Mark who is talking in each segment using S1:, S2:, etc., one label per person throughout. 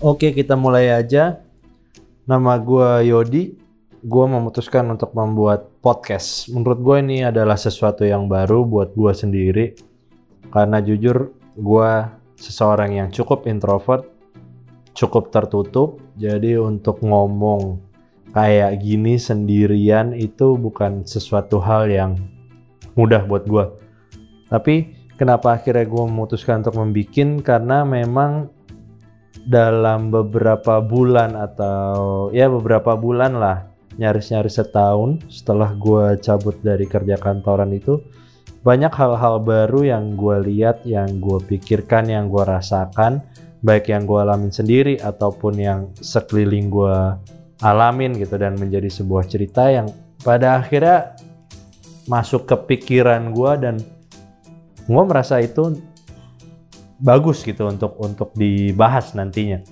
S1: Oke, kita mulai aja. Nama gue Yodi. Gue memutuskan untuk membuat podcast. Menurut gue ini adalah sesuatu yang baru buat gue sendiri. Karena jujur, gue seseorang yang cukup introvert, cukup tertutup. Jadi untuk ngomong kayak gini sendirian itu bukan sesuatu hal yang mudah buat gue. Tapi kenapa akhirnya gue memutuskan untuk membikin? Karena memang dalam beberapa bulan atau ya beberapa bulan lah, nyaris setahun setelah gue cabut dari kerja kantoran itu, banyak hal-hal baru yang gue lihat, yang gue pikirkan, yang gue rasakan, baik yang gue alamin sendiri ataupun yang sekeliling gue alamin gitu, dan menjadi sebuah cerita yang pada akhirnya masuk ke pikiran gue, dan gue merasa itu bagus gitu untuk dibahas nantinya.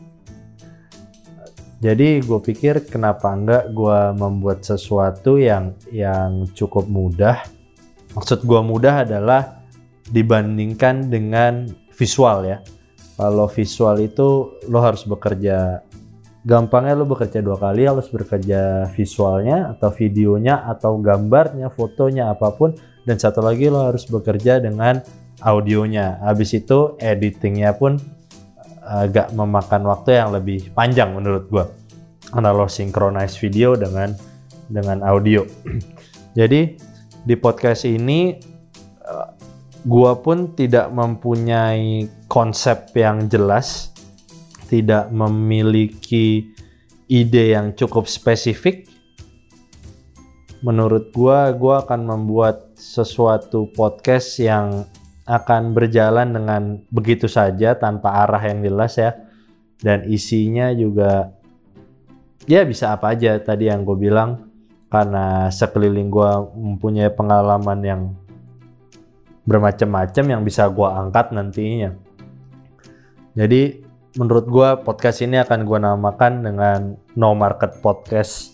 S1: Jadi gue pikir kenapa enggak gue membuat sesuatu yang cukup mudah. Maksud gue mudah adalah dibandingkan dengan visual ya. Kalau visual itu lo harus bekerja, gampangnya lo bekerja 2 kali, harus bekerja visualnya atau videonya atau gambarnya, fotonya, apapun. Dan satu lagi lo harus bekerja dengan audionya. Habis itu editingnya pun agak memakan waktu yang lebih panjang menurut gue, karena lo synchronize video dengan audio. Jadi di podcast ini gue pun tidak mempunyai konsep yang jelas, tidak memiliki ide yang cukup spesifik. Menurut gue akan membuat sesuatu podcast yang akan berjalan dengan begitu saja tanpa arah yang jelas ya, dan isinya juga ya bisa apa aja tadi yang gue bilang, karena sekeliling gue mempunyai pengalaman yang bermacam-macam yang bisa gue angkat nantinya. Jadi menurut gue podcast ini akan gue namakan dengan No Market Podcast.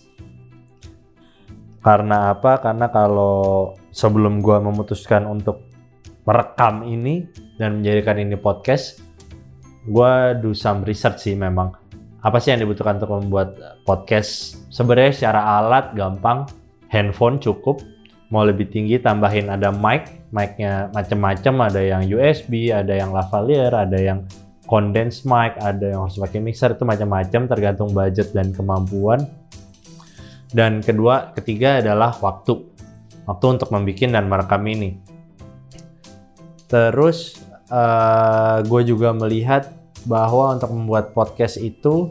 S1: Karena apa? Karena kalau sebelum gue memutuskan untuk merekam ini dan menjadikan ini podcast, gue do some research sih memang. Apa sih yang dibutuhkan untuk membuat podcast? Sebenarnya secara alat gampang, handphone cukup. Mau lebih tinggi tambahin ada mic-nya macam-macam, ada yang USB, ada yang lavalier, ada yang condensed mic, ada yang harus pakai mixer, itu macam-macam tergantung budget dan kemampuan. Dan ketiga adalah waktu untuk membuat dan merekam ini. Terus gue juga melihat bahwa untuk membuat podcast itu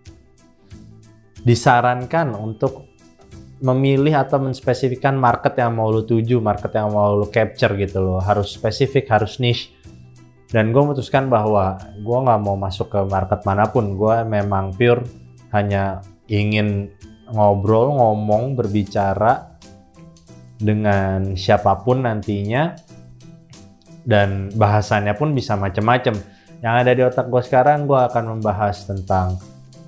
S1: disarankan untuk memilih atau menspesifikkan market yang mau lo tuju, market yang mau lo capture gitu loh. Harus spesifik, harus niche. Dan gue memutuskan bahwa gue gak mau masuk ke market manapun. Gue memang pure hanya ingin ngobrol, ngomong, berbicara dengan siapapun nantinya. Dan bahasannya pun bisa macam-macam. Yang ada di otak gue sekarang, gue akan membahas tentang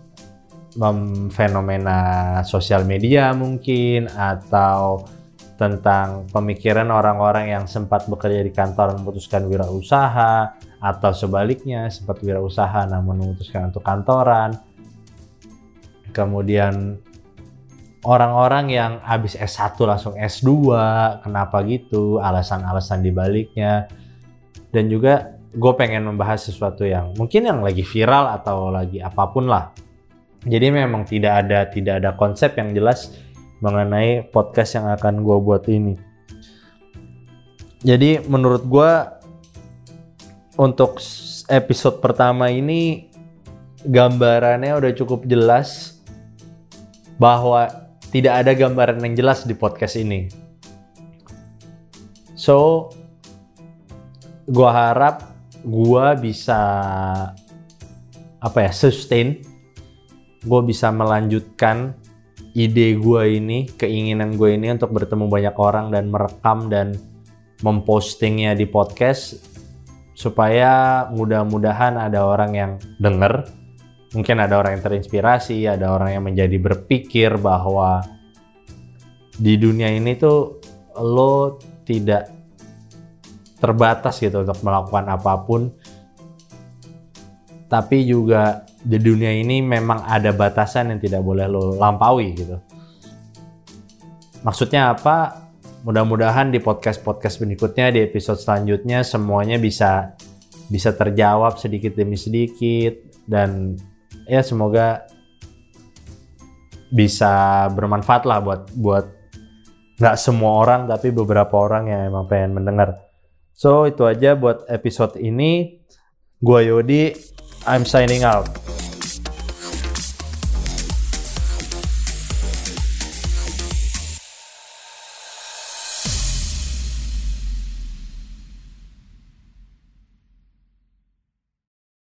S1: fenomena sosial media mungkin, atau tentang pemikiran orang-orang yang sempat bekerja di kantor memutuskan wirausaha, atau sebaliknya sempat wirausaha namun memutuskan untuk kantoran. Kemudian orang-orang yang habis S1 langsung S2, kenapa gitu, alasan-alasan dibaliknya. Dan juga gue pengen membahas sesuatu yang mungkin yang lagi viral atau lagi apapun lah. Jadi memang tidak ada konsep yang jelas mengenai podcast yang akan gue buat ini. Jadi menurut gue untuk episode pertama ini gambarannya udah cukup jelas, bahwa tidak ada gambaran yang jelas di podcast ini. So gue harap gue bisa sustain, gue bisa melanjutkan ide gue ini, keinginan gue ini untuk bertemu banyak orang dan merekam dan mempostingnya di podcast, supaya mudah-mudahan ada orang yang denger, mungkin ada orang yang terinspirasi, ada orang yang menjadi berpikir bahwa di dunia ini tuh lo tidak terbatas gitu untuk melakukan apapun, tapi juga di dunia ini memang ada batasan yang tidak boleh lo lampaui gitu. Maksudnya apa? Mudah-mudahan di podcast-podcast berikutnya, di episode selanjutnya semuanya bisa terjawab sedikit demi sedikit, dan ya semoga bisa bermanfaat lah buat nggak semua orang tapi beberapa orang yang emang pengen mendengar. So itu aja buat episode ini. Gua Yodi, I'm signing out.